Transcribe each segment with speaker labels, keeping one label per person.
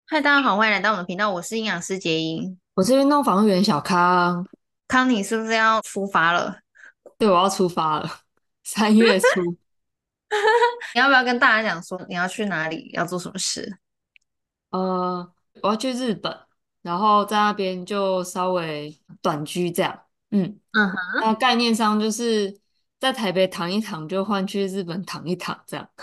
Speaker 1: 嗨，大家好，欢迎来到我们的频道，我是营养师杰英。
Speaker 2: 我是运动防护员小康。
Speaker 1: 康，你是不是要出发了？
Speaker 2: 对，我要出发了，3月初。
Speaker 1: 你要不要跟大家讲说你要去哪里，要做什么事？
Speaker 2: 我要去日本，然后在那边就稍微短居这样。嗯，
Speaker 1: 嗯哼，
Speaker 2: 那概念上就是在台北躺一躺，就换去日本躺一躺这样。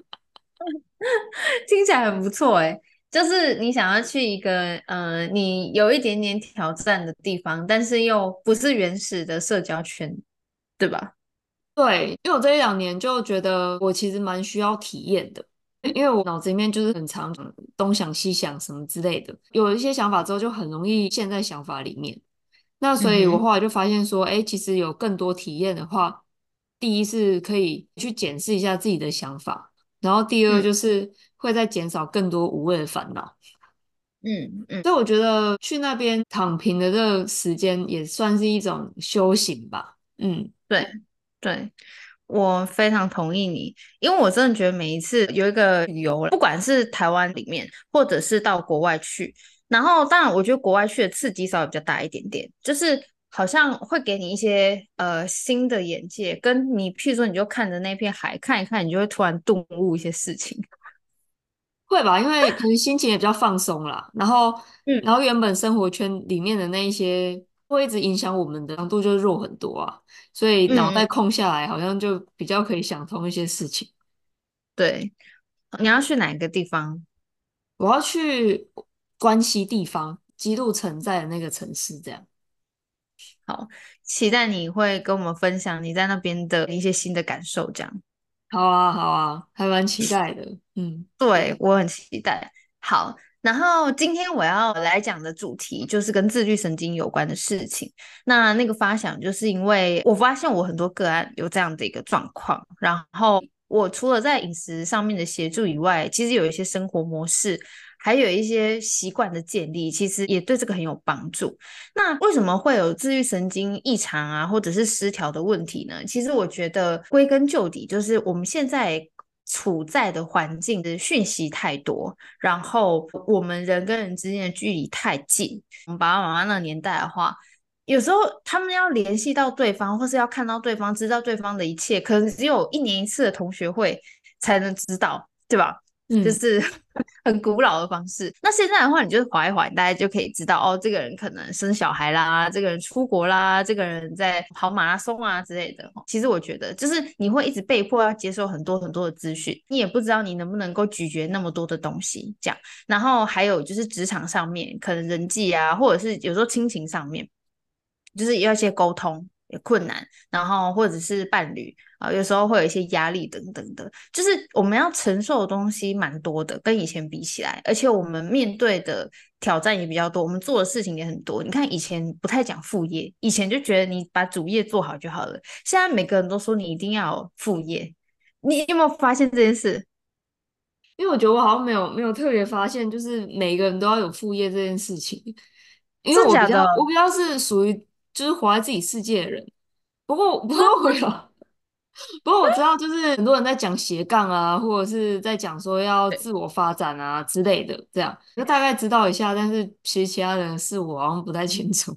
Speaker 1: 听起来很不错诶，就是你想要去一个你有一点点挑战的地方，但是又不是原始的社交圈，对吧？
Speaker 2: 对，因为我这一两年就觉得我其实蛮需要体验的，因为我脑子里面就是很常东想西想什么之类的，有一些想法之后就很容易陷在想法里面。那所以我
Speaker 1: 嗯哼，
Speaker 2: 后来就发现说，哎，其实有更多体验的话，第一是可以去检视一下自己的想法，然后第二
Speaker 1: 嗯
Speaker 2: 就是会再减少更多无谓的烦恼。
Speaker 1: 嗯嗯，
Speaker 2: 所以我觉得去那边躺平的这个时间也算是一种修行吧。嗯。
Speaker 1: 对对，我非常同意你，因为我真的觉得每一次有一个旅游，不管是台湾里面，或者是到国外去，然后当然我觉得国外去的刺激稍微比较大一点点，就是好像会给你一些新的眼界，跟你譬如说你就看着那片海看一看，你就会突然顿悟一些事情。
Speaker 2: 会吧，因为可能心情也比较放松啦，然后，
Speaker 1: 嗯
Speaker 2: 然后原本生活圈里面的那一些会一直影响我们的强度就弱很多啊，所以脑
Speaker 1: 嗯嗯，
Speaker 2: 袋空下来，好像就比较可以想通一些事情。
Speaker 1: 对，你要去哪个地方？
Speaker 2: 我要去关西地方，基督城在的那个城市，这样。
Speaker 1: 好，期待你会跟我们分享你在那边的一些新的感受，这样。
Speaker 2: 好啊，好啊，还蛮期待的。嗯。
Speaker 1: 对，我很期待。好，然后今天我要来讲的主题就是跟自律神经有关的事情。那个发想，就是因为我发现我很多个案有这样的一个状况，然后我除了在饮食上面的协助以外，其实有一些生活模式，还有一些习惯的建立，其实也对这个很有帮助。那为什么会有自律神经异常啊，或者是失调的问题呢？其实我觉得归根究底，就是我们现在处在的环境的讯息太多，然后我们人跟人之间的距离太近。我们爸爸妈妈那个年代的话，有时候他们要联系到对方，或是要看到对方，知道对方的一切，可能只有1年1次的同学会才能知道，对吧？就
Speaker 2: 嗯。
Speaker 1: 是很古老的方式。那现在的话，你就是滑一滑，大家就可以知道哦，这个人可能生小孩啦，这个人出国啦，这个人在跑马拉松啊之类的。其实我觉得，就是你会一直被迫要接受很多很多的资讯，你也不知道你能不能够咀嚼那么多的东西，这样。然后还有就是职场上面，可能人际啊，或者是有时候亲情上面，就是要一些沟通有困难，然后或者是伴侣啊，有时候会有一些压力等等的，就是我们要承受的东西蛮多的，跟以前比起来，而且我们面对的挑战也比较多，我们做的事情也很多。你看以前不太讲副业，以前就觉得你把主业做好就好了，现在每个人都说你一定要有副业，你有没有发现这件事？
Speaker 2: 因为我觉得我好像没有特别发现，就是每个人都要有副业这件事情。因为
Speaker 1: 真假的？
Speaker 2: 我比较是属于就是活在自己世界的人。不过我有，不过我知道就是很多人在讲斜杠啊，或者是在讲说要自我发展啊之类的，这样就大概知道一下，但是其实其他人的事我好像不太清楚。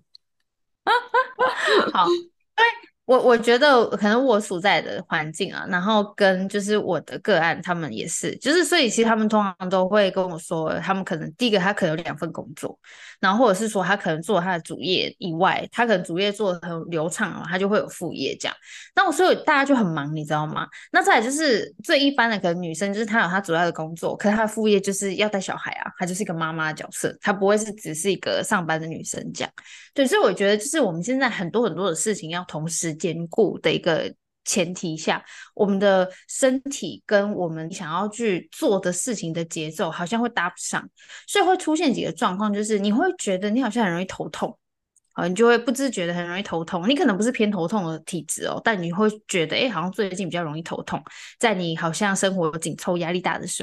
Speaker 1: 好，我觉得可能我所在的环境啊，然后跟就是我的个案，他们也是，就是所以其实他们通常都会跟我说，他们可能第一个他可能有2份工作，然后或者是说他可能做他的主业以外，他可能主业做的很流畅啊，他就会有副业这样。那我所以大家就很忙，你知道吗？那再来就是最一般的，可能女生就是她有她主要的工作，可是她的副业就是要带小孩啊，她就是一个妈妈的角色，她不会是只是一个上班的女生这样。对，所以我觉得就是我们现在很多很多的事情要同时兼顾的一个前提下，我们的身体跟我们想要去做的事情的节奏好像会搭不上，所以会出现几个状况，就是你会觉得你好像很容易头痛。好，你就会不自觉的很容易头痛。你可能不是偏头痛的体质哦，但你会觉得，哎，好像最近比较容易头痛，在你好像生活紧凑、压力大的时候。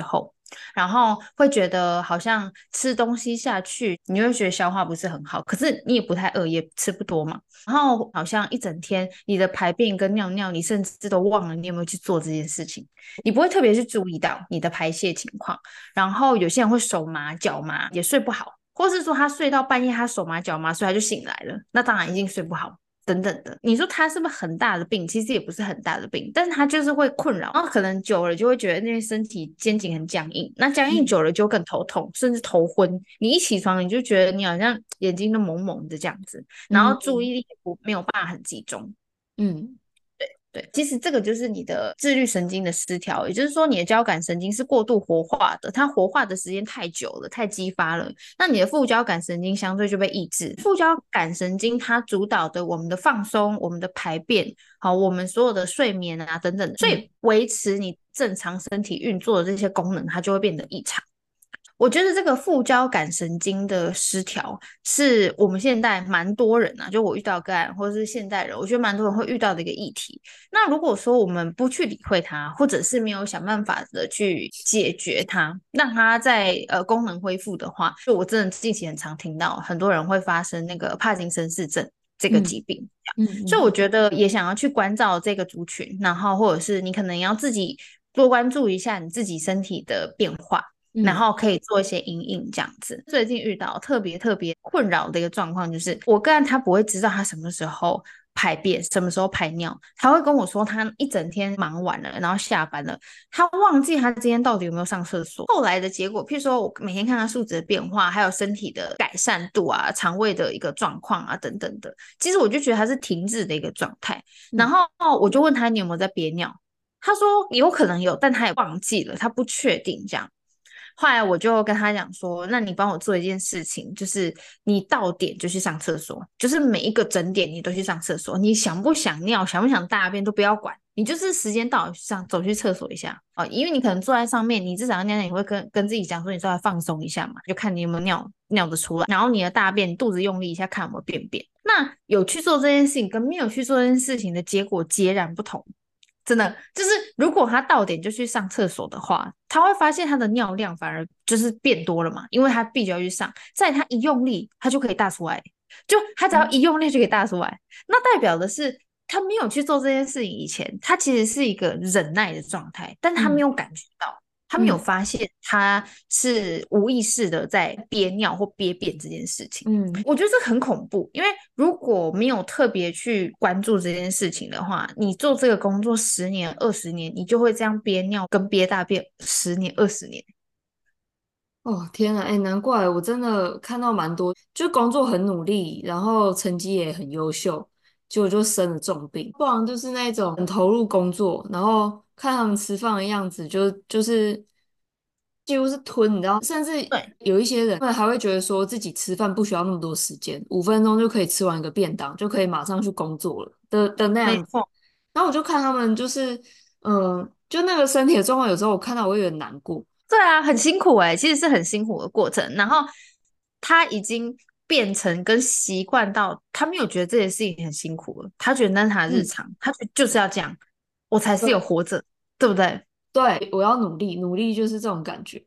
Speaker 1: 然后会觉得好像吃东西下去，你会觉得消化不是很好，可是你也不太饿，也吃不多嘛。然后好像一整天你的排便跟尿尿，你甚至都忘了你有没有去做这件事情，你不会特别去注意到你的排泄情况。然后有些人会手麻脚麻，也睡不好，或是说他睡到半夜他手麻脚麻，所以他就醒来了，那当然一定睡不好。等等的，你说他是不是很大的病？其实也不是很大的病，但是他就是会困扰，然后可能久了就会觉得那边身体肩颈很僵硬，那僵硬
Speaker 2: 嗯
Speaker 1: 久了就更头痛，甚至头昏。你一起床你就觉得你好像眼睛都蒙蒙的这样子，然后注
Speaker 2: 嗯
Speaker 1: 意力也没有办法很集中。
Speaker 2: 嗯
Speaker 1: 对，其实这个就是你的自律神经的失调，也就是说你的交感神经是过度活化的，它活化的时间太久了，太激发了，那你的副交感神经相对就被抑制。副交感神经它主导的我们的放松、我们的排便，好，我们所有的睡眠啊等等，所
Speaker 2: 嗯
Speaker 1: 以维持你正常身体运作的这些功能，它就会变得异常。我觉得这个副交感神经的失调是我们现在蛮多人啊，就我遇到个案或者是现代人，我觉得蛮多人会遇到的一个议题。那如果说我们不去理会它，或者是没有想办法的去解决它，让它在功能恢复的话，就我真的近期很常听到很多人会发生那个帕金森氏症这个疾
Speaker 2: 嗯
Speaker 1: 病。
Speaker 2: 嗯嗯
Speaker 1: 所以我觉得也想要去关照这个族群，然后或者是你可能要自己多关注一下你自己身体的变化。然
Speaker 2: 嗯
Speaker 1: 后可以做一些阴影这样子。最近遇到特别困扰的一个状况，就是我个案他不会知道他什么时候排便，什么时候排尿，他会跟我说他一整天忙完了，然后下班了，他忘记他今天到底有没有上厕所。后来的结果，譬如说我每天看他数值的变化，还有身体的改善度啊，肠胃的一个状况啊等等的，其实我就觉得他是停滞的一个状态。然
Speaker 2: 嗯
Speaker 1: 后我就问他你有没有在憋尿，他说有可能有，但他也忘记了，他不确定这样。后来我就跟他讲说，那你帮我做一件事情，就是你到点就去上厕所，就是每一个整点你都去上厕所，你想不想尿，想不想大便都不要管，你就是时间到上走去厕所一下哦，因为你可能坐在上面，你至少要尿尿，你会跟自己讲说，你稍微放松一下嘛，就看你有没有尿得出来，然后你的大便肚子用力一下，看有没有便便。那有去做这件事情跟没有去做这件事情的结果截然不同。真的就是，如果他到点就去上厕所的话，他会发现他的尿量反而就是变多了嘛，因为他必须要去上，在他一用力，他就可以大出来，就他只要一用力就可以大出来，那代表的是他没有去做这件事情以前，他其实是一个忍耐的状态，但他没
Speaker 2: 嗯
Speaker 1: 有感觉到，他没有
Speaker 2: 嗯
Speaker 1: 发现他是无意识的在憋尿或憋便这件事情。
Speaker 2: 嗯
Speaker 1: 我觉得这很恐怖，因为如果没有特别去关注这件事情的话，你做这个工作10年、20年，你就会这样憋尿跟憋大便10年、20年。
Speaker 2: 哦，天啊，哎，难怪我真的看到蛮多，就工作很努力，然后成绩也很优秀，结果就生了重病。不然就是那种很投入工作，然后看他们吃饭的样子就是几乎是吞，你知道，甚至
Speaker 1: 对，
Speaker 2: 有一些人他们还会觉得说自己吃饭不需要那么多时间，5分钟就可以吃完一个便当，就可以马上去工作了的那样子。
Speaker 1: 没错。
Speaker 2: 然后我就看他们就是，就那个身体的状况，有时候我看到我会有点难过。
Speaker 1: 对啊，很辛苦其实是很辛苦的过程。然后他已经变成跟习惯到，他没有觉得这件事情很辛苦了，他觉得那是他的日
Speaker 2: 嗯，
Speaker 1: 常，他觉得就是要这样，我才是有
Speaker 2: 对
Speaker 1: 活着，对不对？
Speaker 2: 对，我要努力，努力就是这种感觉。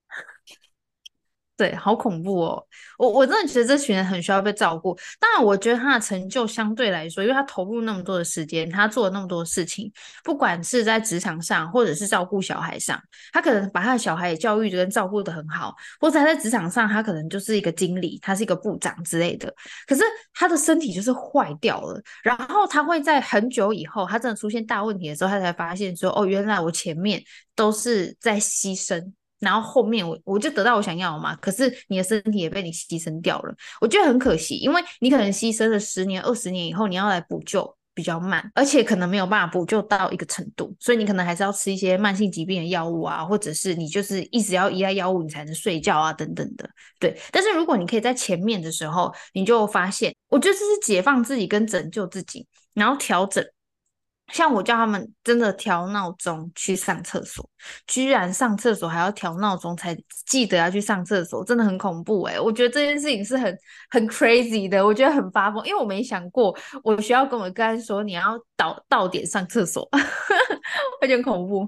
Speaker 1: 对，好恐怖哦！我真的觉得这群人很需要被照顾。当然，我觉得他的成就相对来说，因为他投入那么多的时间，他做了那么多事情，不管是在职场上，或者是照顾小孩上，他可能把他的小孩也教育的跟照顾的很好，或者他在职场上，他可能就是一个经理，他是一个部长之类的。可是他的身体就是坏掉了，然后他会在很久以后，他真的出现大问题的时候，他才发现说，哦，原来我前面都是在牺牲。然后后面我就得到我想要的嘛，可是你的身体也被你牺牲掉了，我觉得很可惜，因为你可能牺牲了10年、20年以后，你要来补救比较慢，而且可能没有办法补救到一个程度，所以你可能还是要吃一些慢性疾病的药物啊，或者是你就是一直要依赖药物你才能睡觉啊等等的，对。但是如果你可以在前面的时候，你就发现，我觉得这是解放自己跟拯救自己，然后调整。像我叫他们真的调闹钟去上厕所，居然上厕所还要调闹钟才记得要去上厕所，真的很恐怖我觉得这件事情是很 crazy 的，我觉得很发疯，因为我没想过我需要跟我的个案说你要到点上厕所，我觉得很恐怖。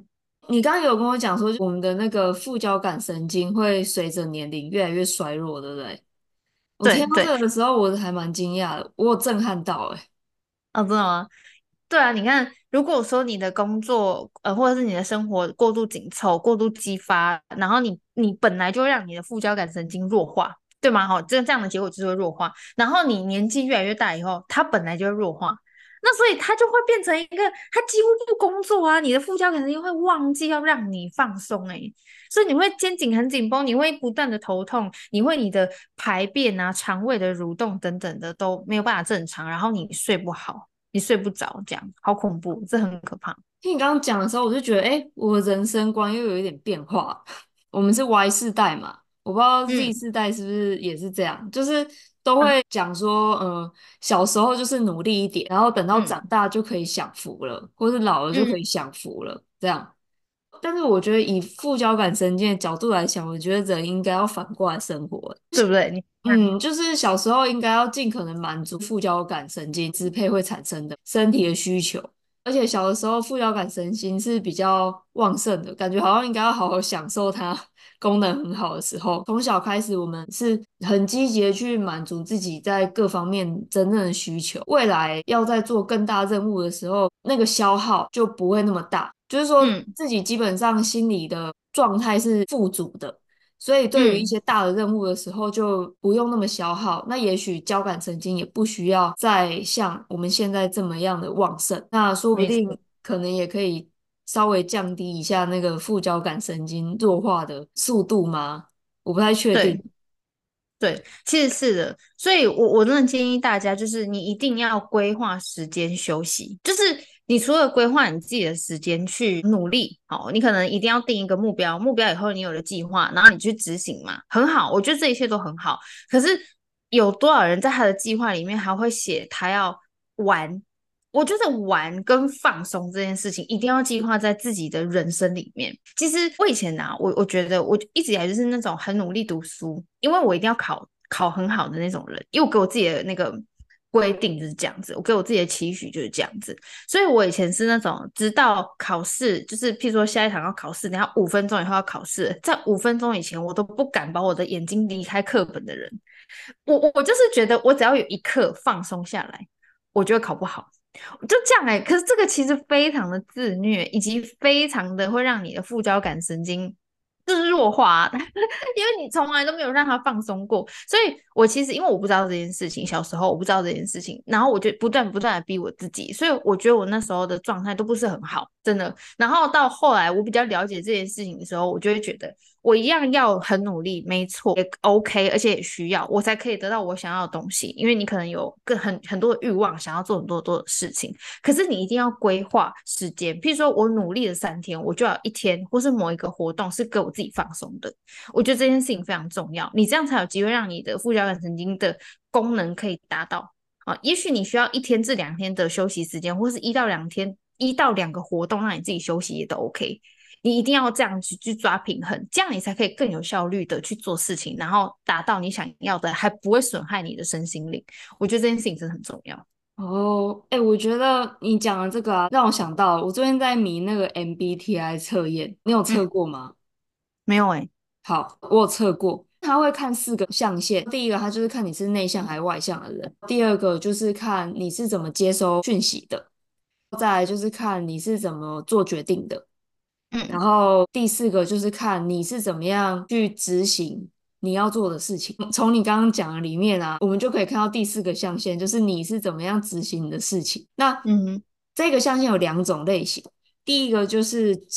Speaker 2: 你刚刚有跟我讲说，我们的那个副交感神经会随着年龄越来越衰弱，对不对？我听到这
Speaker 1: 对对，
Speaker 2: 个的时候，我还蛮惊讶的，我有震撼到
Speaker 1: 哦，真的吗？对啊，你看，如果说你的工作或者是你的生活过度紧凑、过度激发，然后你本来就让你的副交感神经弱化，对吗？哈，这样的结果就是会弱化。然后你年纪越来越大以后，它本来就会弱化，那所以它就会变成一个，它几乎不工作啊，你的副交感神经会忘记要让你放松，所以你会肩颈很紧绷，你会不断的头痛，你的排便啊、肠胃的蠕动等等的都没有办法正常，然后你睡不好。你睡不着，这样好恐怖，这很可怕。
Speaker 2: 听你刚刚讲的时候，我就觉得，我的人生观又有一点变化。我们是 Y 世代嘛，我不知道 Z
Speaker 1: 嗯
Speaker 2: 世代是不是也是这样，就是都
Speaker 1: 啊
Speaker 2: 会讲说，小时候就是努力一点，然后等到
Speaker 1: 嗯
Speaker 2: 长大就可以享福了，或是老了就可
Speaker 1: 嗯，
Speaker 2: 以享福了，这样。但是我觉得以副交感神经的角度来讲，我觉得人应该要反过来生活。
Speaker 1: 对不对？
Speaker 2: 就是小时候应该要尽可能满足副交感神经支配会产生的身体的需求，而且小的时候副交感神经是比较旺盛的，感觉好像应该要好好享受它功能很好的时候。从小开始，我们是很积极的去满足自己在各方面真正的需求，未来要在做更大任务的时候，那个消耗就不会那么大，就是说
Speaker 1: 嗯
Speaker 2: 自己基本上心理的状态是富足的。所以对于一
Speaker 1: 嗯，
Speaker 2: 些大的任务的时候，就不用那么消耗。那也许交感神经也不需要再像我们现在这么样的旺盛。那说不定
Speaker 1: 没错，
Speaker 2: 可能也可以稍微降低一下那个副交感神经弱化的速度吗？我不太确定。
Speaker 1: 对。对，其实是的，所以我真的建议大家，就是你一定要规划时间休息，就是你除了规划你自己的时间去努力，好，你可能一定要定一个目标，目标以后你有了计划，然后你去执行嘛，很好，我觉得这一切都很好。可是有多少人在他的计划里面还会写他要玩？我觉得玩跟放松这件事情一定要计划在自己的人生里面。其实我以前啊，我觉得我一直以来就是那种很努力读书，因为我一定要考很好的那种人，因为我给我自己的那个规定就是这样子，我给我自己的期许就是这样子。所以我以前是那种直到考试，就是譬如说下一场要考试，等下5分钟以后要考试，在5分钟以前我都不敢把我的眼睛离开课本的人。我就是觉得我只要有一刻放松下来，我就会考不好。就这样可是这个其实非常的自虐，以及非常的会让你的副交感神经就是弱化，因为你从来都没有让它放松过。所以我其实因为我不知道这件事情，小时候我不知道这件事情，然后我就不断的逼我自己，所以我觉得我那时候的状态都不是很好，真的。然后到后来我比较了解这件事情的时候，我就会觉得我一样要很努力，没错，也 OK，而且也需要，我才可以得到我想要的东西。因为你可能有很多的欲望，想要做很多的事情，可是你一定要规划时间。譬如说我努力了3天，我就要1天或是某一个活动是给我自己放松的。我觉得这件事情非常重要，你这样才有机会让你的副交感神经的功能可以达到。啊，也许你需要1天至2天的休息时间，或是1到2天、1到2个活动让你自己休息也都 OK。你一定要这样去抓平衡，这样你才可以更有效率的去做事情，然后达到你想要的，还不会损害你的身心灵。我觉得这件事情真的很重要。
Speaker 2: 哦，我觉得你讲的这个啊，让我想到我最近在迷那个 MBTI 测验，你有测
Speaker 1: 嗯，
Speaker 2: 过吗？
Speaker 1: 没有
Speaker 2: 好，我有测过，他会看4个象限。第一个，他就是看你是内向还是外向的人；第二个，就是看你是怎么接收讯息的；再来就是看你是怎么做决定的。然
Speaker 1: 嗯
Speaker 2: 后第4个就是看你是怎么样去执行你要做的事情。从你刚刚讲的里面啊，我们就可以看到第4个象限，就是你是怎么样执行你的事情。那
Speaker 1: 嗯
Speaker 2: 这个象限有2种类型，第一个就是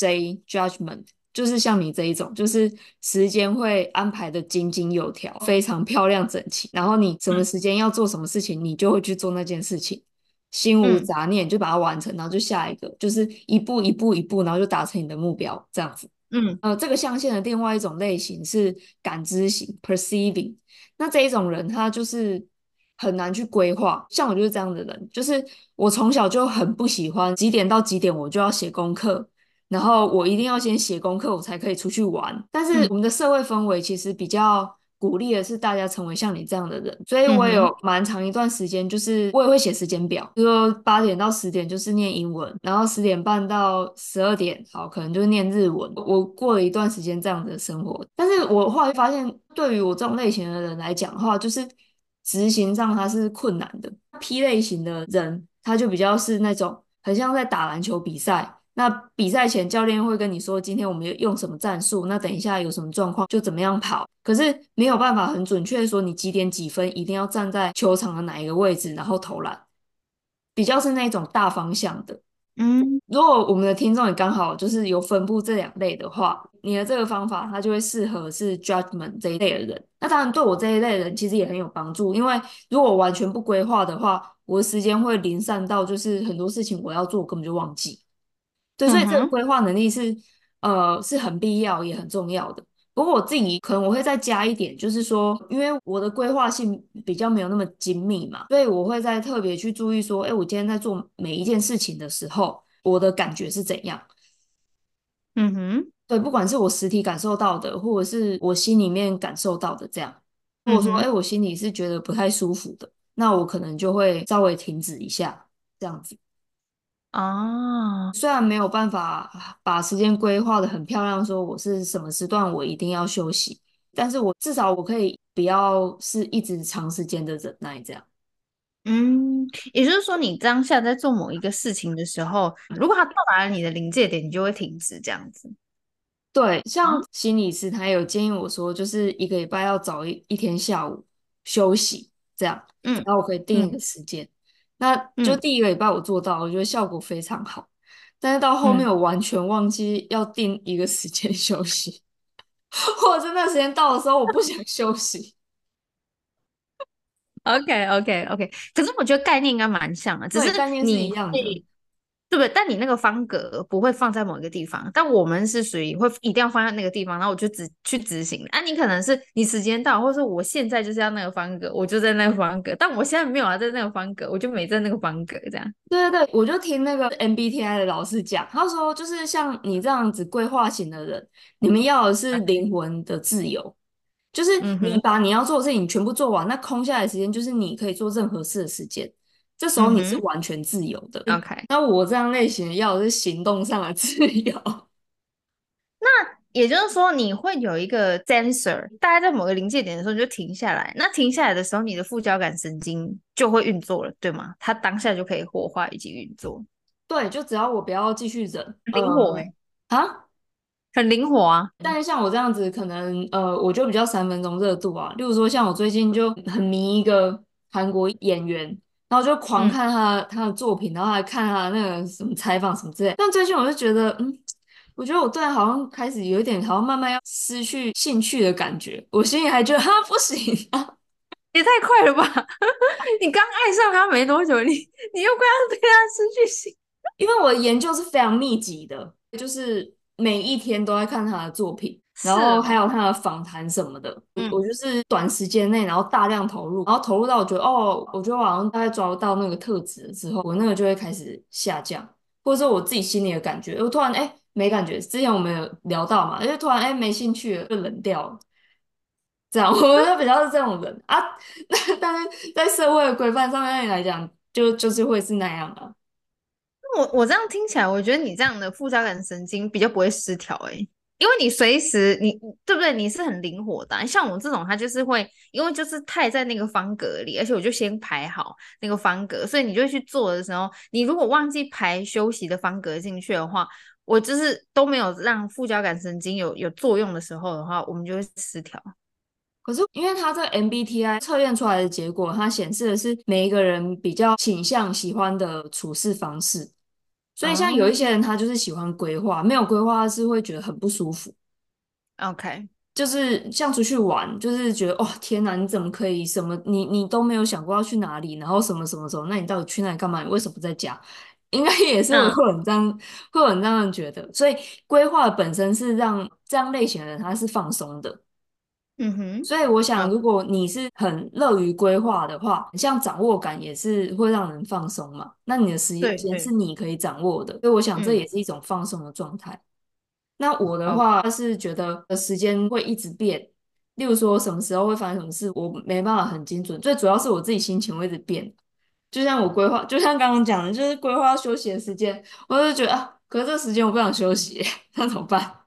Speaker 2: J judgment，就是像你这一种，就是时间会安排的井井有条，非常漂亮整齐，然后你什么
Speaker 1: 嗯
Speaker 2: 时间要做什么事情，你就会去做那件事情。心无
Speaker 1: 嗯
Speaker 2: 杂念就把它完成，然后就下一个，就是一步一步一步，然后就达成你的目标，这样子。
Speaker 1: 嗯
Speaker 2: 这个象限的另外一种类型是感知型 （perceiving）。那这一种人，他就是很难去规划。像我就是这样的人，就是我从小就很不喜欢几点到几点我就要写功课，然后我一定要先写功课，我才可以出去玩。但是
Speaker 1: 嗯
Speaker 2: 我们的社会氛围其实比较鼓励的是大家成为像你这样的人，所以我也有
Speaker 1: 嗯哼，
Speaker 2: 蛮长一段时间，就是我也会写时间表，比如说8点到10点就是念英文，然后10点半到12点，好，可能就是念日文。我过了一段时间这样的生活，但是我后来发现，对于我这种类型的人来讲的话，就是执行上它是困难的。P 类型的人，他就比较是那种很像在打篮球比赛。那比赛前教练会跟你说，今天我们用什么战术，那等一下有什么状况就怎么样跑。可是没有办法很准确地说你几点几分一定要站在球场的哪一个位置，然后投篮，比较是那种大方向的。
Speaker 1: 嗯
Speaker 2: 如果我们的听众也刚好就是有分布这两类的话，你的这个方法它就会适合是 judgment 这一类的人。那当然对我这一类的人其实也很有帮助，因为如果我完全不规划的话，我的时间会零散到就是很多事情我要做根本就忘记。对，所以这个
Speaker 1: 嗯哼，
Speaker 2: 规划能力是很必要也很重要的。不过我自己可能我会再加一点，就是说，因为我的规划性比较没有那么精密嘛，所以我会再特别去注意说，哎，我今天在做每一件事情的时候，我的感觉是怎样。
Speaker 1: 嗯哼，
Speaker 2: 对，不管是我实体感受到的，或者是我心里面感受到的，这样，或者说，哎，
Speaker 1: 嗯哼，
Speaker 2: 我心里是觉得不太舒服的，那我可能就会稍微停止一下，这样子。
Speaker 1: 哦，
Speaker 2: 虽然没有办法把时间规划的很漂亮，说我是什么时段我一定要休息，但是我至少我可以不要是一直长时间的忍耐这样。
Speaker 1: 嗯，也就是说，你当下在做某一个事情的时候，如果它到达了你的临界点，你就会停止这样子。
Speaker 2: 对，像
Speaker 1: 啊，
Speaker 2: 心理师他有建议我说，就是一个礼拜要找一天下午休息，这样，
Speaker 1: 嗯
Speaker 2: 然后我可以定一
Speaker 1: 嗯
Speaker 2: 个时间。那就
Speaker 1: 嗯
Speaker 2: 第一个礼拜我做到，我觉得效果非常好。但是到后面
Speaker 1: 嗯
Speaker 2: 我完全忘记要定一个时间休息，或者是那时间到的时候我不想休息。
Speaker 1: ，OK OK OK。可是我觉得概念应该蛮像的，只是
Speaker 2: 对，概念是一
Speaker 1: 你
Speaker 2: 样的。
Speaker 1: 会，对不对？但你那个方格不会放在某一个地方，但我们是属于会一定要放在那个地方，然后我就去执行。啊，你可能是你时间到，或者说我现在就是要那个方格，我就在那个方格，但我现在没有要在那个方格，我就没在那个方格这样。
Speaker 2: 对对对，我就听那个 MBTI 的老师讲，他说就是像你这样子规划型的人，你们要的是灵魂的自由，就是
Speaker 1: 嗯哼，
Speaker 2: 你把你要做的事情全部做完，那空下来的时间就是你可以做任何事的时间，这时候你是
Speaker 1: 嗯哼
Speaker 2: 完全自由的。
Speaker 1: ，OK。
Speaker 2: 那我这样类型的要的是行动上的自由。
Speaker 1: 也就是说，你会有一个 sensor，大概在某个临界点的时候你就停下来。那停下来的时候，你的副交感神经就会运作了，对吗？它当下就可以活化以及运作，
Speaker 2: 对，就只要我不要继续忍，
Speaker 1: 很灵活诶，
Speaker 2: 啊。
Speaker 1: 很灵活啊。
Speaker 2: 但是像我这样子，可能我就比较3分钟热度啊。例如说，像我最近就很迷一个韩国演员，然后就狂
Speaker 1: 嗯，
Speaker 2: 看他的作品，然后还看他的那个什么采访什么之类。但最近我就觉得，我觉得我对他好像开始有一点，好像慢慢要失去兴趣的感觉。我心里还觉得，哈，不行啊。
Speaker 1: 也太快了吧！你刚爱上他没多久，你又快要对他失去兴
Speaker 2: 因为我的研究是非常密集的，就是每一天都在看他的作品，然后还
Speaker 1: 是哦，
Speaker 2: 有他的访谈什么的。我
Speaker 1: 嗯
Speaker 2: 就是短时间内，然后大量投入，然后投入到我觉得哦，我觉得我好像大概抓到那个特质了之后，我那个就会开始下降，或者说我自己心里的感觉，我突然没感觉。之前我们有聊到嘛，就突然没兴趣了，就冷掉了。这样，我就比较是这种人啊。但是在社会的规范上面来讲，就是会是那样啊。
Speaker 1: 我这样听起来，我觉得你这样的副交感神经比较不会失调诶，因为你随时对不对？你是很灵活的啊像我这种，他就是会，因为就是太在那个方格里，而且我就先排好那个方格，所以你就会去做的时候，你如果忘记排休息的方格进去的话，我就是都没有让副交感神经有作用的时候的话，我们就会失调。
Speaker 2: 可是，因为它这个 MBTI 测验出来的结果，它显示的是每一个人比较倾向喜欢的处事方式。所以，像有一
Speaker 1: 哦
Speaker 2: 些人他就是喜欢规划，没有规划他是会觉得很不舒服。
Speaker 1: ，OK，
Speaker 2: 就是像出去玩，就是觉得哦天哪，你怎么可以什么你都没有想过要去哪里，然后什么什么什么，那你到底去那里干嘛？你为什么不在家？应该也是会
Speaker 1: 嗯
Speaker 2: 有人这样，会有人这样觉得。所以规划本身是让这样类型的人他是放松的。
Speaker 1: 嗯哼，
Speaker 2: 所以我想，
Speaker 1: 哦，
Speaker 2: 如果你是很乐于规划的话，像掌握感也是会让人放松嘛。那你的时间是
Speaker 1: 对对，
Speaker 2: 你可以掌握的，所以我想这
Speaker 1: 嗯
Speaker 2: 也是一种放松的状态。那我的
Speaker 1: ，OK，
Speaker 2: 话是觉得时间会一直变， 例如说什么时候会发生什么事，我没办法很精准，最主要是我自己心情会一直变。就像我规划，就像刚刚讲的，就是规划休息的时间，我就觉得啊，可是这个时间我不想休息，那怎么办？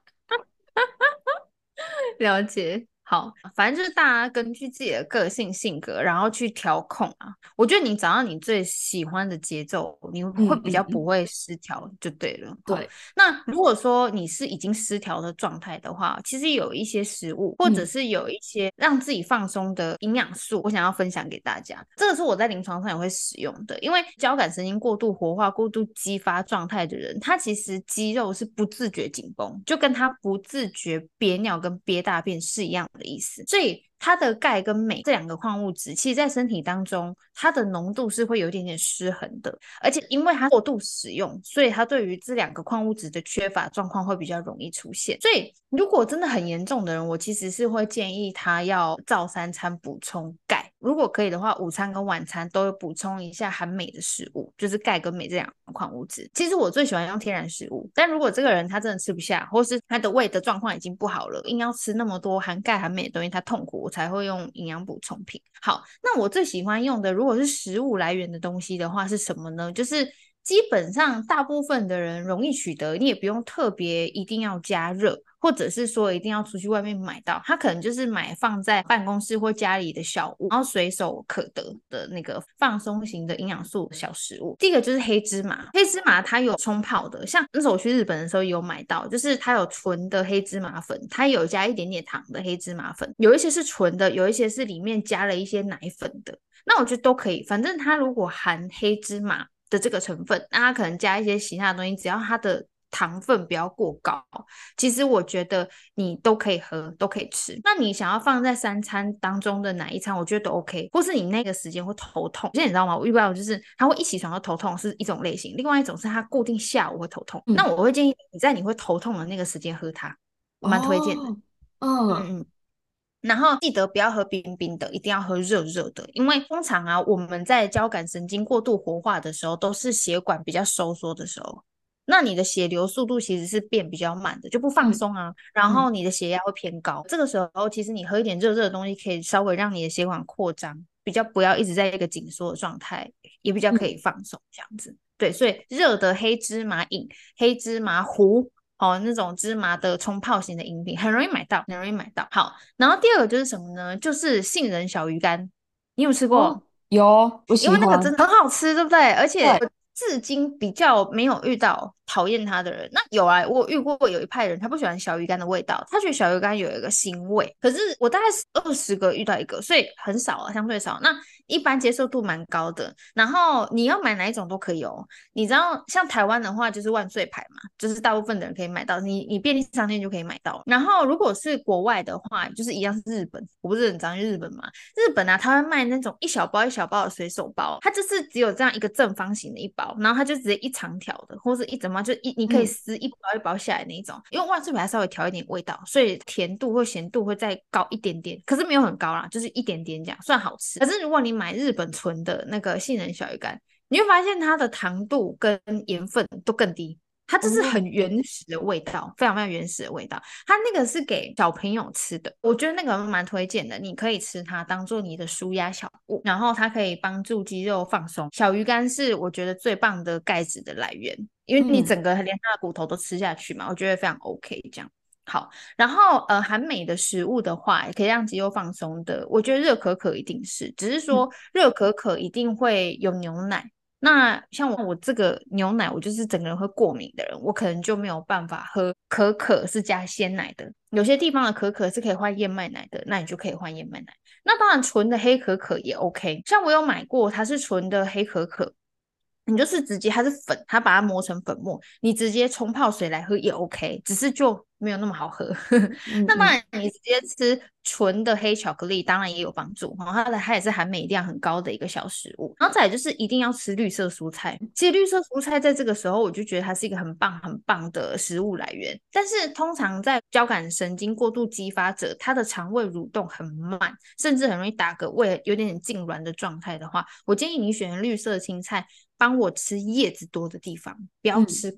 Speaker 1: 了解，好，反正就是大家根据自己的个性性格，然后去调控啊。我觉得你找到你最喜欢的节奏，你会
Speaker 2: 嗯
Speaker 1: 比较
Speaker 2: 嗯嗯，
Speaker 1: 不会失调，就对了。好，
Speaker 2: 对，
Speaker 1: 那如果说你是已经失调的状态的话，其实有一些食物，或者
Speaker 2: 嗯
Speaker 1: 是有一些让自己放松的营养素，我想要分享给大家。这个是我在临床上也会使用的，因为交感神经过度活化、过度激发状态的人，他其实肌肉是不自觉紧绷，就跟他不自觉憋尿跟憋大便是一样的意思。所以它的钙跟镁这两个矿物质，其实在身体当中，它的浓度是会有一点点失衡的，而且因为它过度使用，所以它对于这两个矿物质的缺乏状况会比较容易出现。所以如果真的很严重的人，我其实是会建议他要照3餐补充钙，如果可以的话，午餐跟晚餐都有补充一下含镁的食物，就是钙跟镁这两个矿物质。其实我最喜欢用天然食物，但如果这个人他真的吃不下，或是他的胃的状况已经不好了，硬要吃那么多含钙含镁的东西，他痛苦，我才会用营养补充品。好，那我最喜欢用的，如果是食物来源的东西的话，是什么呢？就是基本上大部分的人容易取得，你也不用特别一定要加热，或者是说一定要出去外面买到，它可能就是买放在办公室或家里的小物，然后随手可得的那个放松型的营养素小食物。第一个就是黑芝麻，黑芝麻它有冲泡的，像那时候我去日本的时候有买到，就是它有纯的黑芝麻粉，它有加一点点糖的黑芝麻粉，有一些是纯的，有一些是里面加了一些奶粉的。那我觉得都可以，反正它如果含黑芝麻的这个成分，那它可能加一些其他的东西，只要它的糖分不要过高，其实我觉得你都可以喝，都可以吃。那你想要放在3餐当中的哪一餐，我觉得都 OK。或是你那个时间会头痛，现在你知道吗？我遇到就是他会一起床就头痛是一种类型，另外一种是他固定下午会头痛。那
Speaker 2: 嗯，
Speaker 1: 我会建议你在你会头痛的那个时间喝它，我蛮推荐的。
Speaker 2: 哦，嗯
Speaker 1: 嗯嗯。然后记得不要喝冰冰的，一定要喝热热的，因为通常啊，我们在交感神经过度活化的时候，都是血管比较收缩的时候，那你的血流速度其实是变比较慢的，就不放
Speaker 2: 嗯
Speaker 1: 松啊，然后
Speaker 2: 嗯，
Speaker 1: 你的血压会偏高。这个时候，其实你喝一点热热的东西，可以稍微让你的血管扩张，比较不要一直在一个紧缩的状态，也比较可以
Speaker 2: 嗯
Speaker 1: 放松这样子。对，所以热的黑芝麻饮、黑芝麻糊。哦，那种芝麻的冲泡型的饮品很容易买到，很容易买到。好，然后第二个就是什么呢？就是杏仁小鱼干，你有吃过？
Speaker 2: 哦，有，我
Speaker 1: 因为那个真
Speaker 2: 喜欢，
Speaker 1: 的很好吃，对不对？而且
Speaker 2: 对，
Speaker 1: 我至今比较没有遇到讨厌它的人。那有啊，我遇过有一派人，他不喜欢小鱼干的味道，他觉得小鱼干有一个腥味。可是我大概是20个遇到一个，所以很少啊，相对少。那一般接受度蛮高的。然后你要买哪一种都可以哦。你知道，像台湾的话就是万岁牌嘛，就是大部分的人可以买到，你便利商店就可以买到。然后如果是国外的话，就是一样是日本，我不是很常去日本嘛，日本啊，他会卖那种一小包一小包的随手包，它就是只有这样一个正方形的一包，然后它就直接一长条的，或是一整包，就你可以
Speaker 2: 嗯
Speaker 1: 撕一包一包下来那一种。因为万岁牌稍微调一点味道，所以甜度或咸度会再高一点点，可是没有很高啦，就是一点点这样，算好吃。可是如果你买日本纯的那个杏仁小鱼干，你会发现它的糖度跟盐分都更低。它就是
Speaker 2: 哦，
Speaker 1: 很原始的味道，非常非常原始的味道。它那个是给小朋友吃的，我觉得那个蛮推荐的。你可以吃它当做你的舒压小物，然后它可以帮助肌肉放松。小鱼干是我觉得最棒的钙质的来源，因为你
Speaker 2: 嗯
Speaker 1: 整个连它的骨头都吃下去嘛，我觉得非常 OK 这样。好，然后含镁的食物的话，也可以让肌肉放松的。我觉得热可可一定是，只是
Speaker 2: 嗯
Speaker 1: 说热可可一定会有牛奶，那像我这个牛奶，我就是整个人会过敏的人，我可能就没有办法喝可可是加鲜奶的。有些地方的可可是可以换燕麦奶的，那你就可以换燕麦奶。那当然纯的黑可可也 OK，像我有买过，它是纯的黑可可，你就是直接它是粉，它把它磨成粉末，你直接冲泡水来喝也 OK，只是就没有那么好喝。那当然，
Speaker 2: 嗯嗯
Speaker 1: 你直接吃纯的黑巧克力，当然也有帮助。它也是含镁量很高的一个小食物。然后再来就是一定要吃绿色蔬菜。其实绿色蔬菜在这个时候，我就觉得它是一个很棒很棒的食物来源。但是通常在交感神经过度激发者，他的肠胃蠕动很慢，甚至很容易打嗝、胃有点点痉挛的状态的话，我建议你选绿色青菜。帮我吃叶子多的地方，不要
Speaker 2: 嗯
Speaker 1: 吃梗。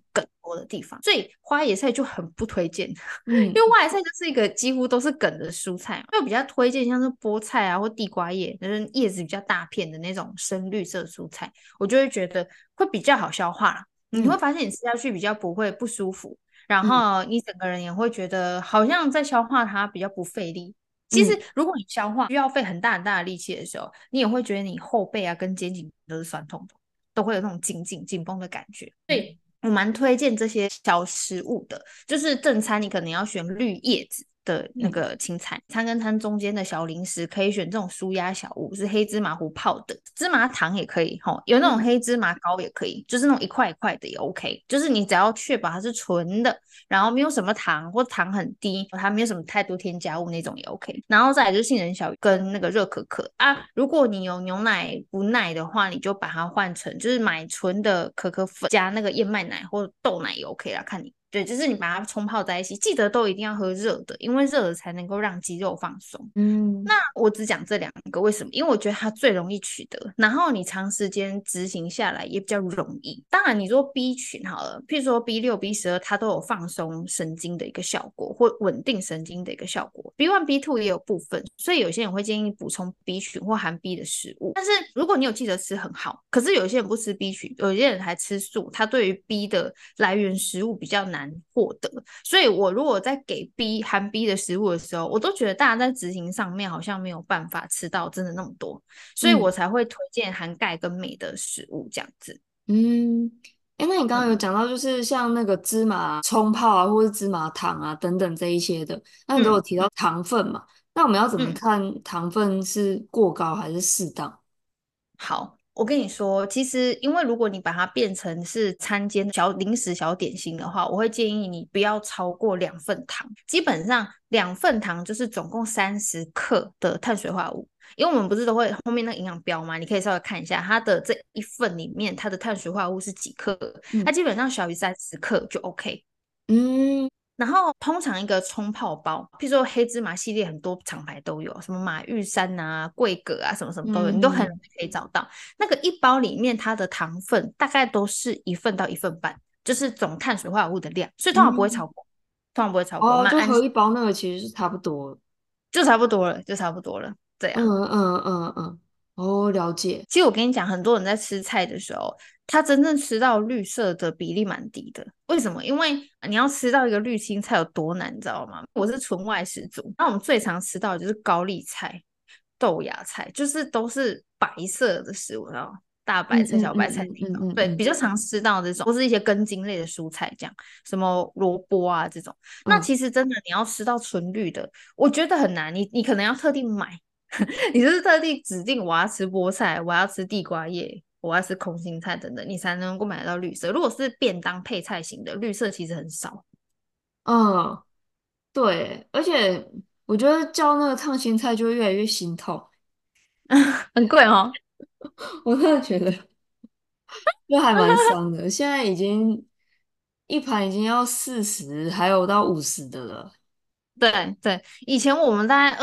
Speaker 1: 多的地方，所以花椰菜就很不推荐。因
Speaker 2: 嗯
Speaker 1: 为花椰菜就是一个几乎都是梗的蔬菜嘛，就比较推荐像是菠菜啊或地瓜叶，就是叶子比较大片的那种深绿色蔬菜，我就会觉得会比较好消化啦。你会
Speaker 2: 嗯
Speaker 1: 发现你吃下去比较不会不舒服，然
Speaker 2: 嗯
Speaker 1: 后你整个人也会觉得好像在消化它比较不费力。其实，
Speaker 2: 嗯
Speaker 1: 如果你消化需要费很大很大的力气的时候，你也会觉得你后背啊跟肩颈都是酸痛的，都会有那种紧绷的感觉。所以我蛮推荐这些小食物的，就是正餐你可能要选绿叶子的那
Speaker 2: 嗯
Speaker 1: 个青菜，餐跟餐中间的小零食可以选这种舒压小物，是黑芝麻糊泡的，芝麻糖也可以，吼，有那种
Speaker 2: 嗯
Speaker 1: 黑芝麻糕也可以，就是那种一块一块的也 OK，就是你只要确保它是纯的，然后没有什么糖或糖很低，它没有什么太多添加物那种也 OK。然后再来就是杏仁小鱼跟那个热可可啊，如果你有牛奶不耐的话，你就把它换成就是买纯的可可粉加那个燕麦奶或豆奶也 OK 啦，看你。对，就是你把它冲泡在一起，记得都一定要喝热的，因为热的才能够让肌肉放松。那
Speaker 2: 嗯
Speaker 1: 我只讲这2个，为什么？因为我觉得它最容易取得，然后你长时间执行下来也比较容易。当然，你说 B 群好了，譬如说 B6、B12，它都有放松神经的一个效果，或稳定神经的一个效果。B1、B2也有部分，所以有些人会建议补充 B 群或含 B 的食物。但是如果你有记得吃很好，可是有些人不吃 B 群，有些人还吃素，他对于 B 的来源食物比较难获得。所以我如果在给 B 含 B 的食物的时候，我都觉得大家在执行上面好像没有办法吃到真的那么多，所以我
Speaker 2: 嗯
Speaker 1: 才会推荐含钙跟镁的食物这样子。
Speaker 2: 嗯。哎，那你刚刚有
Speaker 1: 嗯
Speaker 2: 讲到，就是像那个芝麻冲泡啊，或是芝麻糖啊等等这一些的，那你都有
Speaker 1: 嗯
Speaker 2: 提到糖分嘛？那我们要怎么
Speaker 1: 嗯。
Speaker 2: 看糖分是过高还是适当？
Speaker 1: 好，我跟你说，其实因为如果你把它变成是餐间小零食、小点心的话，我会建议你不要超过2份糖。基本上2份糖就是总共30克的碳水化合物。因为我们不是都会后面那个营养标嘛，你可以稍微看一下它的这一份里面它的碳水化合物是几克，它
Speaker 2: 嗯
Speaker 1: 基本上小于30克就 OK。
Speaker 2: 嗯
Speaker 1: 然后通常一个冲泡包，譬如说黑芝麻系列很多厂牌都有，什么马玉山啊、桂格啊，什么什么都有，你都很容
Speaker 2: 嗯
Speaker 1: 易可以找到。那个一包里面它的糖分大概都是1份到1份半，就是总碳水化合物的量，所以通常不会超
Speaker 2: 嗯，
Speaker 1: 过，通常不会超过，
Speaker 2: 哦，就
Speaker 1: 蛮安心，
Speaker 2: 喝一包那个其实是差不多了。
Speaker 1: 就差不多了，就差不多了。这
Speaker 2: 嗯
Speaker 1: 样。
Speaker 2: 嗯，哦，了解。
Speaker 1: 其实我跟你讲，很多人在吃菜的时候，他真正吃到绿色的比例蛮低的。为什么？因为你要吃到一个绿青菜有多难，你知道吗？我是纯外食族，那我们最常吃到的就是高丽菜、豆芽菜，就是都是白色的食物，然后大白菜、
Speaker 2: 嗯嗯
Speaker 1: 小白菜
Speaker 2: 嗯嗯嗯
Speaker 1: 那种。对，比
Speaker 2: 嗯嗯
Speaker 1: 较常吃到这种，或是一些根茎类的蔬菜，这样什么萝卜啊这种。那
Speaker 2: 嗯，
Speaker 1: 其实真的你要吃到纯绿的，我觉得很难。你可能要特地买。你就是特地指定我要吃菠菜，我要吃地瓜叶，我要吃空心菜等等，你才能够买得到绿色。如果是便当配菜型的，绿色其实很少。
Speaker 2: 嗯，对，而且我觉得叫那个烫青菜就会越来越心痛。
Speaker 1: 很贵哦。
Speaker 2: 我真的觉得就还蛮伤的。现在已经一盘已经要40，还有到50的了。
Speaker 1: 对对，以前我们大概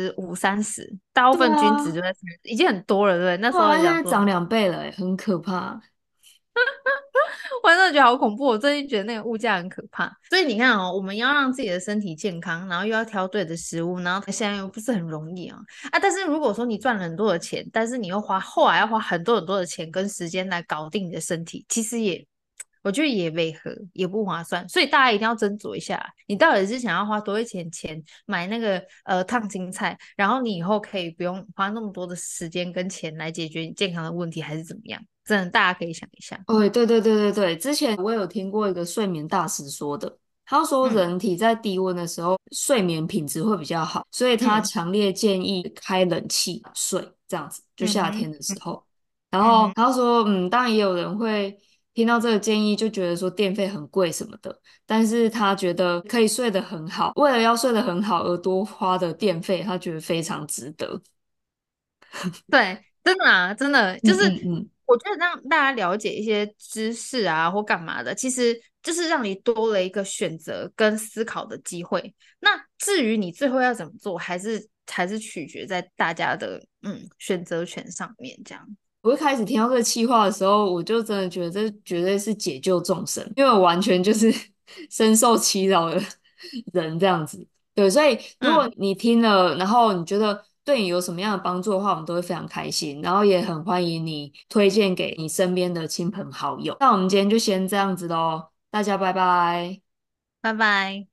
Speaker 1: 25、30，大部
Speaker 2: 对
Speaker 1: 分均值
Speaker 2: 啊，
Speaker 1: 就在30，已经很多了，对不对？那时候
Speaker 2: 对啊，
Speaker 1: 就想说，
Speaker 2: 现在涨2倍了欸，很可怕。
Speaker 1: 我真的觉得好恐怖。我最近觉得那个物价很可怕，所以你看哦，我们要让自己的身体健康，然后又要挑对的食物，然后现在又不是很容易啊啊！但是如果说你赚了很多的钱，但是你又后来要花很多很多的钱跟时间来搞定你的身体，其实也我觉得也违和，也不划算。所以大家一定要斟酌一下，你到底是想要花多一点钱买那个烫青菜，然后你以后可以不用花那么多的时间跟钱来解决你健康的问题，还是怎么样？真的大家可以想一下。
Speaker 2: 哦，对对对对对，之前我有听过一个睡眠大师说的，他说
Speaker 1: 嗯
Speaker 2: 人体在低温的时候睡眠品质会比较好，所以他
Speaker 1: 嗯
Speaker 2: 强烈建议开冷气睡，这样子，就
Speaker 1: 嗯哼
Speaker 2: 夏天的时候。然
Speaker 1: 嗯哼。
Speaker 2: 后他说，当然也有人会听到这个建议就觉得说电费很贵什么的，但是他觉得可以睡得很好，为了要睡得很好而多花的电费，他觉得非常值得。
Speaker 1: 对，真的啊，真的
Speaker 2: 嗯
Speaker 1: 就是，
Speaker 2: 嗯嗯。
Speaker 1: 我觉得让大家了解一些知识啊，或干嘛的，其实就是让你多了一个选择跟思考的机会。那至于你最后要怎么做，还是取决在大家的选择权上面，这样。
Speaker 2: 我一开始听到这个企划的时候，我就真的觉得这绝对是解救众生，因为我完全就是深受其扰的人这样子。对，所以如果
Speaker 1: 嗯，
Speaker 2: 你听了，然后你觉得对你有什么样的帮助的话，我们都会非常开心，然后也很欢迎你推荐给你身边的亲朋好友。那我们今天就先这样子喽，大家拜拜。
Speaker 1: 拜拜。